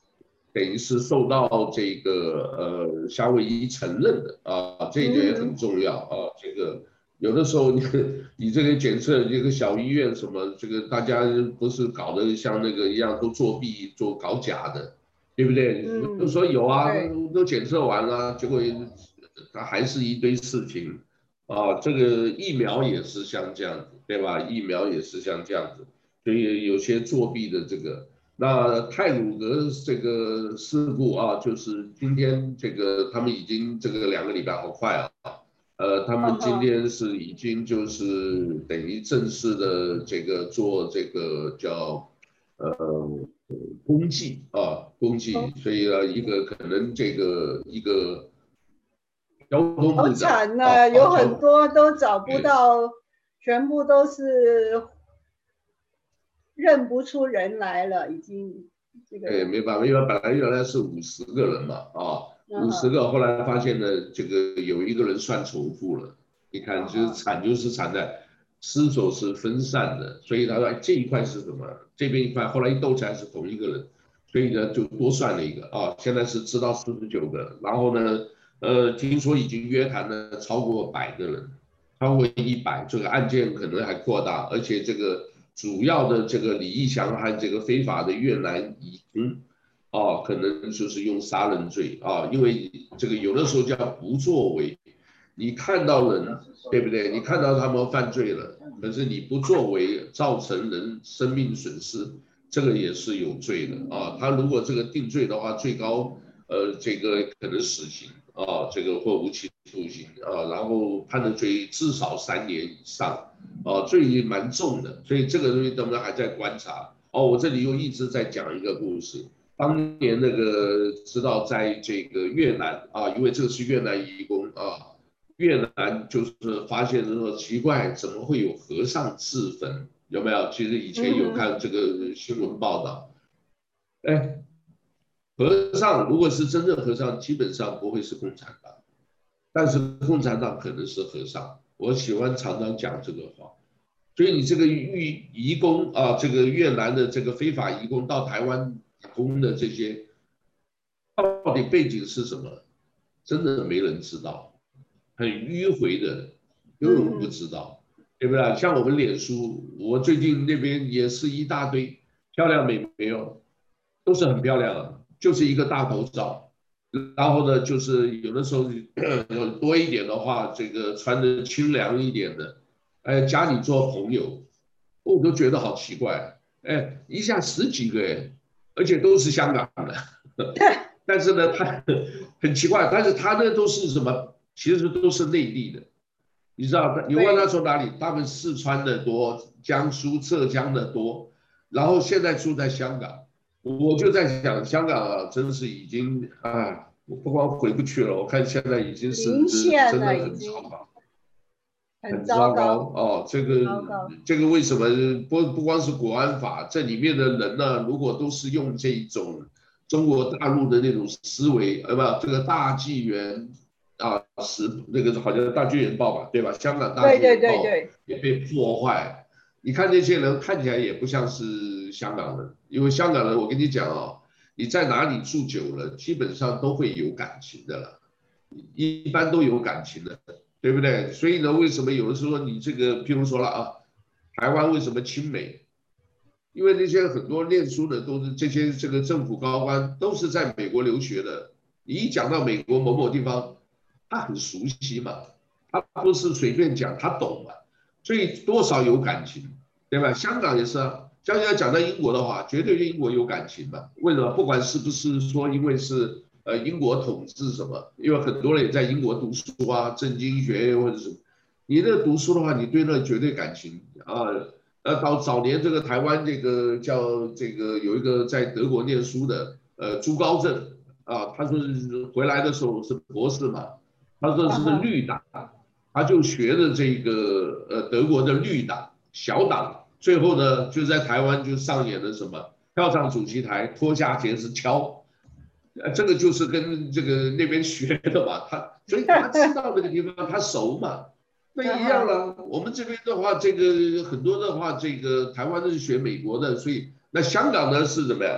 等于是受到这个呃夏威夷承认的啊，这一点也很重要啊。这个有的时候你你这个检测这个小医院什么，这个大家不是搞得像那个一样都作弊做搞假的，对不对？就说有啊，都检测完了，结果它还是一堆事情啊。这个疫苗也是像这样子，对吧？疫苗也是像这样子，所以有些作弊的这个。那泰鲁格这个事故啊，就是今天这个他们已经这个两个礼拜好快啊，呃，他们今天是已经就是等于正式的这个做这个叫呃公祭啊公祭，所以呢一个可能这个一个交通好部长惨呐，有很多都找不到，全部都是认不出人来了，已经这个。 哎，没办法，因为本来原来是五十个人嘛，啊，五十个，后来发现呢，这个有一个人算重复了。你看，就是惨，就是惨在尸首是分散的，所以他说这一块是什么？这边一块，后来一斗起来是同一个人，所以呢就多算了一个啊。现在是知道四十九个，然后呢，呃，听说已经约谈了超过百个人，超过一百，这个案件可能还扩大，而且这个。主要的这个李义祥和这个非法的越南移工，哦，可能就是用杀人罪啊，因为这个有的时候叫不作为，你看到人，对不对？你看到他们犯罪了，可是你不作为，造成人生命损失，这个也是有罪的啊。他如果这个定罪的话，最高呃这个可能死刑啊，这个或无期徒刑啊，然后判的罪至少三年以上。哦，罪蛮重的，所以这个东西我们还在观察。哦，我这里又一直在讲一个故事。当年那个知道在这个越南啊，因为这个是越南移工啊，越南就是发现说奇怪，怎么会有和尚自焚？有没有？其实以前有看这个新闻报道。哎，和尚如果是真正和尚，基本上不会是共产党，但是共产党可能是和尚。我喜欢常常讲这个话。所以你这个移移工啊，这个越南的这个非法移工到台湾打工的这些，到底背景是什么？真的没人知道，很迂回的，有人不知道，对不对？像我们脸书，我最近那边也是一大堆漂亮美眉哦，都是很漂亮啊，就是一个大头照。然后呢，就是有的时候有多一点的话，这个穿的清凉一点的，哎，加你做朋友，我都觉得好奇怪，哎，一下十几个哎，而且都是香港的，但是呢，他很奇怪，但是他那都是什么？其实都是内地的，你知道？你问他从哪里？他们四川的多，江苏、浙江的多，然后现在住在香港，我就在想，香港啊，真是已经啊，我不光回不去了，我看现在已经是真的很糟糕。很糟糕哦，这个这个为什么不不光是国安法，这里面的人呢，如果都是用这种中国大陆的那种思维，呃不，这个大纪元啊时那个好像大纪元报吧，对吧？香港大纪元报也被破坏，你看那些人看起来也不像是香港人，因为香港人我跟你讲哦，你在哪里住久了，基本上都会有感情的了，一般都有感情的。对不对？所以呢，为什么有的时候你这个，譬如说了啊，台湾为什么亲美？因为那些很多念书的都是这些这个政府高官都是在美国留学的，你一讲到美国某某地方，他很熟悉嘛，他不是随便讲，他懂嘛，所以多少有感情，对吧？香港也是啊，香港讲到英国的话，绝对对英国有感情嘛。为什么？不管是不是说因为是。呃，英国统治什么？因为很多人也在英国读书啊，政经学院或者什么。你那读书的话，你对那绝对感情啊。呃，到早年这个台湾这个叫这个有一个在德国念书的，呃，朱高正啊，他说是回来的时候是博士嘛，他说是绿党，他就学的这个呃德国的绿党小党，最后呢就在台湾就上演了什么，跳上主席台，脱下鞋子敲。呃，这个就是跟这个那边学的嘛，他所以他知道那个地方，他熟嘛，那一样了。我们这边的话，这个很多的话，这个台湾的是学美国的，所以那香港呢是怎么样？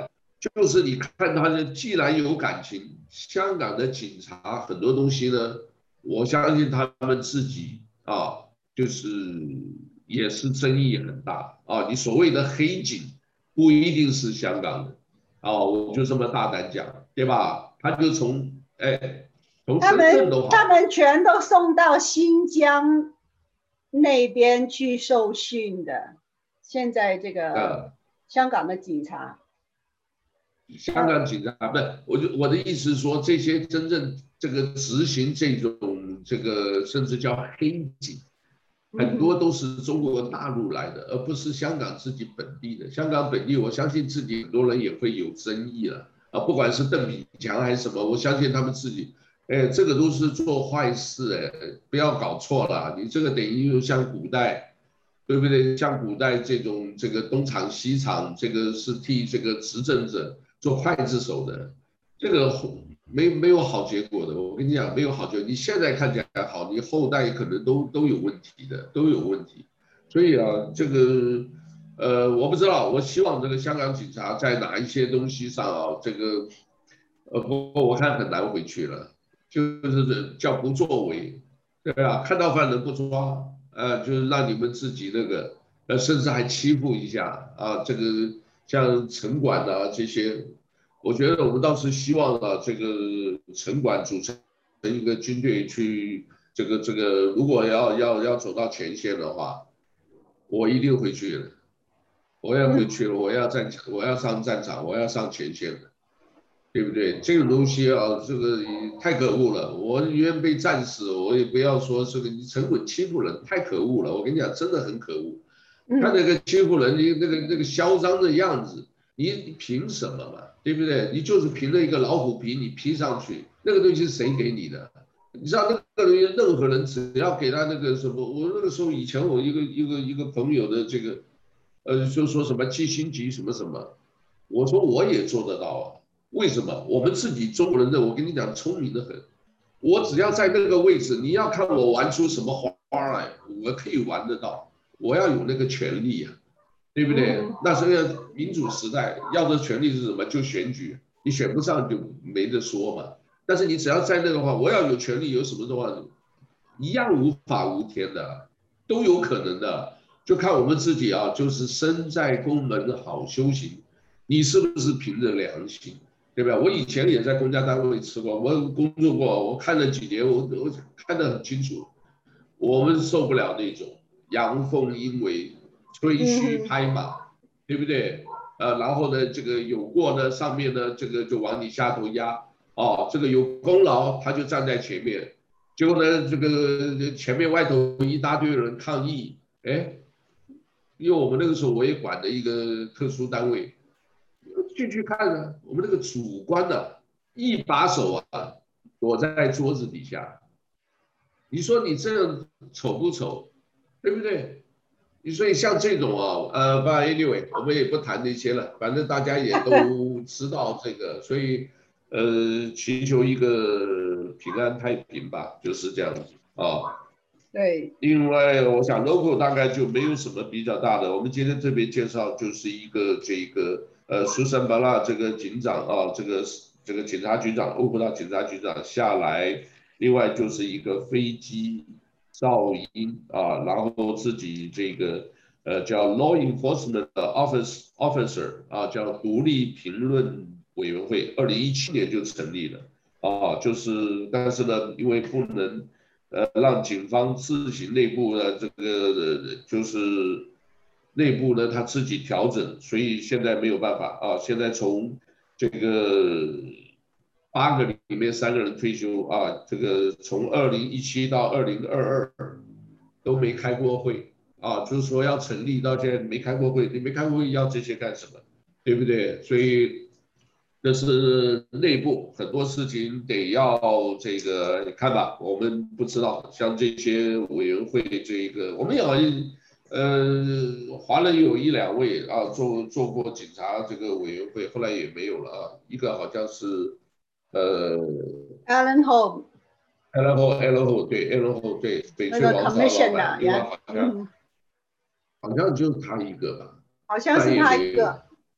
就是你看他的，既然有感情，香港的警察很多东西呢，我相信他们自己啊，就是也是争议很大啊。你所谓的黑警不一定是香港的啊，我就这么大胆讲，对吧？他就从哎从他深圳们他都好， 们全都送到新疆那边去受训的。现在这个呃， 香港的警察， 香呃， 港警察不是，我就我的意思是说，这些真正这个执行这种这个甚至叫黑警。很多嗯都是中国大陆来的，而不是香港自己本地的。香港本地，我相信自己很多人也会有争议了啊，不管是邓炳强还是什么，我相信他们自己，哎，这个都是做坏事，哎，不要搞错了，你这个等于又像古代，对不对？像古代这种这个东厂西厂，这个是替这个执政者做刽子手的，这个没没有好结果的。我跟你讲，没有好结果。你现在看起来好，你后代可能都都有问题的，都有问题。所以啊，这个呃，我不知道，我希望这个香港警察在哪一些东西上啊，这个呃，不过我看很难回去了，就是叫不作为，对吧？看到犯人不抓，呃，就是让你们自己那个，呃，甚至还欺负一下啊，这个像城管啊这些，我觉得我们倒是希望啊，这个城管组成一个军队去，这个这个，如果要要要走到前线的话，我一定回去的，我要回嗯去了，我要战场，我要上战场，我要上前线的。对不对？这种东西啊，这个太可恶了。我愿被战死，我也不要说这个你城管欺负人，太可恶了。我跟你讲，真的很可恶。看嗯那个欺负人，你那个那个嚣张的样子，你凭什么嘛？对不对？你就是凭了一个老虎皮，你披上去，那个东西是谁给你的？你知道那个东西，任何人只要给他那个什么，我那个时候以前我一个一个一个朋友的这个，呃，就说什么记星级什么什么，我说我也做得到啊。为什么？我们自己中国人的，我跟你讲，聪明的很。我只要在那个位置，你要看我玩出什么花来，我可以玩得到。我要有那个权利呀、啊，对不对？ 嗯那时候民主时代要的权利是什么？就选举，你选不上就没得说嘛。但是你只要在那的话，我要有权利，有什么的话，一样无法无天的，都有可能的。就看我们自己啊，就是身在宫门好修行，你是不是凭着良心？对吧？我以前也在公家单位吃过，我工作过，我看了几年，我我看得很清楚，我们受不了那种阳奉阴违、吹嘘嗯拍马，对不对？呃，然后呢，这个有过呢，上面呢，这个就往你下头压，哦，这个有功劳他就站在前面，结果呢，这个前面外头一大堆人抗议，哎，因为我们那个时候我也管的一个特殊单位。进去看呢，我们那个主官呢、啊，一把手啊躲在桌子底下，你说你这样丑不丑，对不对？你所以像这种啊，呃，不，anyway，我们也不谈那些了，反正大家也都知道这个，所以呃，祈求一个平安太平吧，就是这样子啊。 对， 另外，我想 local 大概就没有什么比较大的。我们今天特别介绍就是一个这个呃苏珊巴拉这个警长啊，这个这个警察局长，欧普大警察局长下来。另外就是一个飞机噪音啊，然后自己这个呃叫 law enforcement office officer 啊，叫独立评论委员会，二零一七年就成立了啊，就是但是呢，因为不能。呃，让警方自行内部的这个就是内部呢他自己调整，所以现在没有办法啊。现在从这个八个里面三个人退休啊，这个从二零一七到二零二二都没开过会啊，就是说要成立到现在没开过会，你没开过会要这些干什么？对不对？所以这是内部很多事情得要这个看吧，我们不知道，像这些委员会这个，我们也好像呃，华人有一两位啊，做做过警察这个委员会，后来也没有了啊，一个好像是呃 Alan Home L O L O 对 L O 对翡那个翠王朝老 commission 板， 的另外呀， 好像嗯， 好像就是他一个吧， 好像是但也没有。 他一个，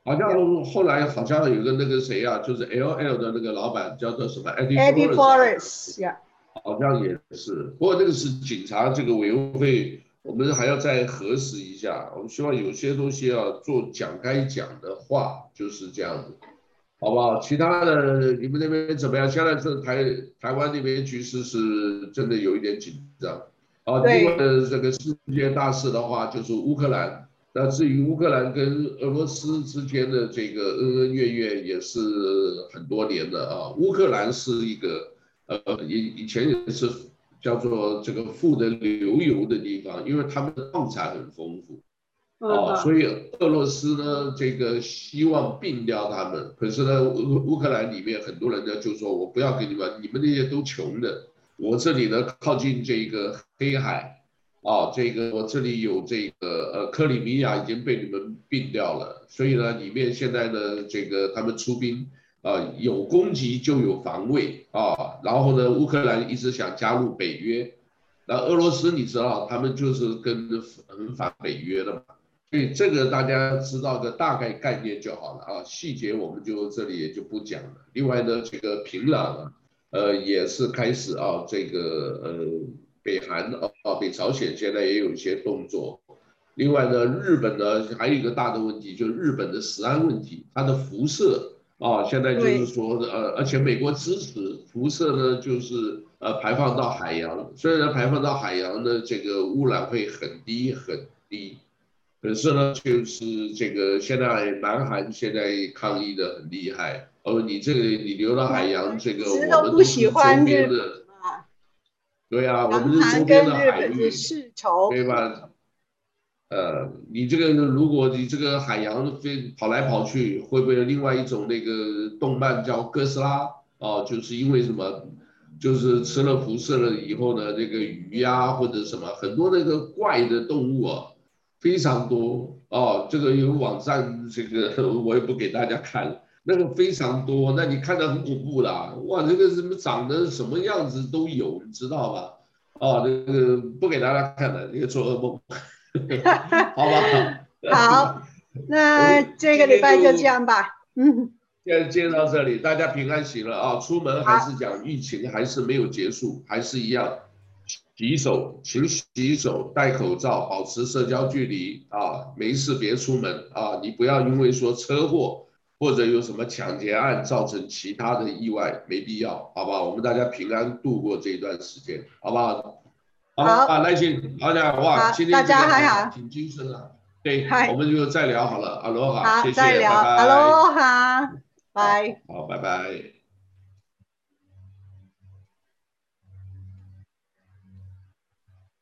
好像后来好像有个那个谁啊，就是 L L 的那个老板叫做什么 Eddie Eddie Flores， Forrest，呀， 好像也是。不过那个是警察这个维护费，我们还要再核实一下。我们希望有些东西要做讲该讲的话，就是这样子，好不好？其他的你们那边怎么样？现在这台台湾那边局势是真的有一点紧张。啊，另外对的这个世界大事的话，就是乌克兰。那至于乌克兰跟俄罗斯之间的这个恩恩怨怨，也是很多年了啊。乌克兰是一个呃，以以前也是叫做这个富得流油的地方，因为他们的矿产很丰富。啊，所嗯以俄罗斯呢，这个希望并掉他们，可是呢，乌乌克兰里面很多人呢就说，我不要给你们，你们那些都穷的，我这里呢靠近这个黑海，啊，这个我这里有这个呃克里米亚已经被你们并掉了，所以呢，里面现在呢这个他们出兵，啊，有攻击就有防卫啊，然后呢，乌克兰一直想加入北约，那俄罗斯你知道，他们就是跟很反北约的嘛。所以这个大家知道个大概概念就好了啊，细节我们就这里也就不讲了。另外呢，这个平壤啊，呃，也是开始啊，这个呃，北韩啊，北朝鲜现在也有一些动作。另外呢，日本呢还有一个大的问题，就是日本的食安问题，它的辐射啊，现在就是对说呃，而且美国支持辐射呢，就是呃排放到海洋，虽然排放到海洋呢，这个污染会很低很低。可是呢，就是这个现在南韩现在抗议的很厉害，哦，你这个你流到海洋，这个一直我都不喜们都是周欢日本边的， 嘛， 对啊，我们南是周边的韩跟日海域， 本是世仇。 对吧？呃，你这个如果你这个海洋飞跑来跑去，会不会有另外一种那个动漫叫哥斯拉？哦，就是因为什么？就是吃了辐射了以后呢，那个鱼呀、或者什么很多那个怪的动物啊，非常多哦。这个有网站，这个我也不给大家看，那个非常多，那你看到很恐怖的啊，哇，这个什么长得什么样子都有，你知道吧？哦，那个不给大家看的，那个做噩梦。好吧， 好， 我那们今这个礼拜就这天就样吧。嗯， 先介绍到这里，大家平安喜乐啊！出门还是好， 讲疫情还是没有结束，还是一样，洗手，勤洗手，戴口罩，保持社交距离啊！没事别出门啊！你不要因为说车祸或者有什么抢劫案造成其他的意外，没必要，好不好？我们大家平安度过这一段时间，好不好？好啊， 好， 耐心，大家哇， 好，大今天这个家还好， 还挺精神啊。对，我嗨， 们就再聊好了，阿罗哈， 好， 谢谢，拜再聊，哈拜。 喽哈， 好， 拜。 好，拜拜。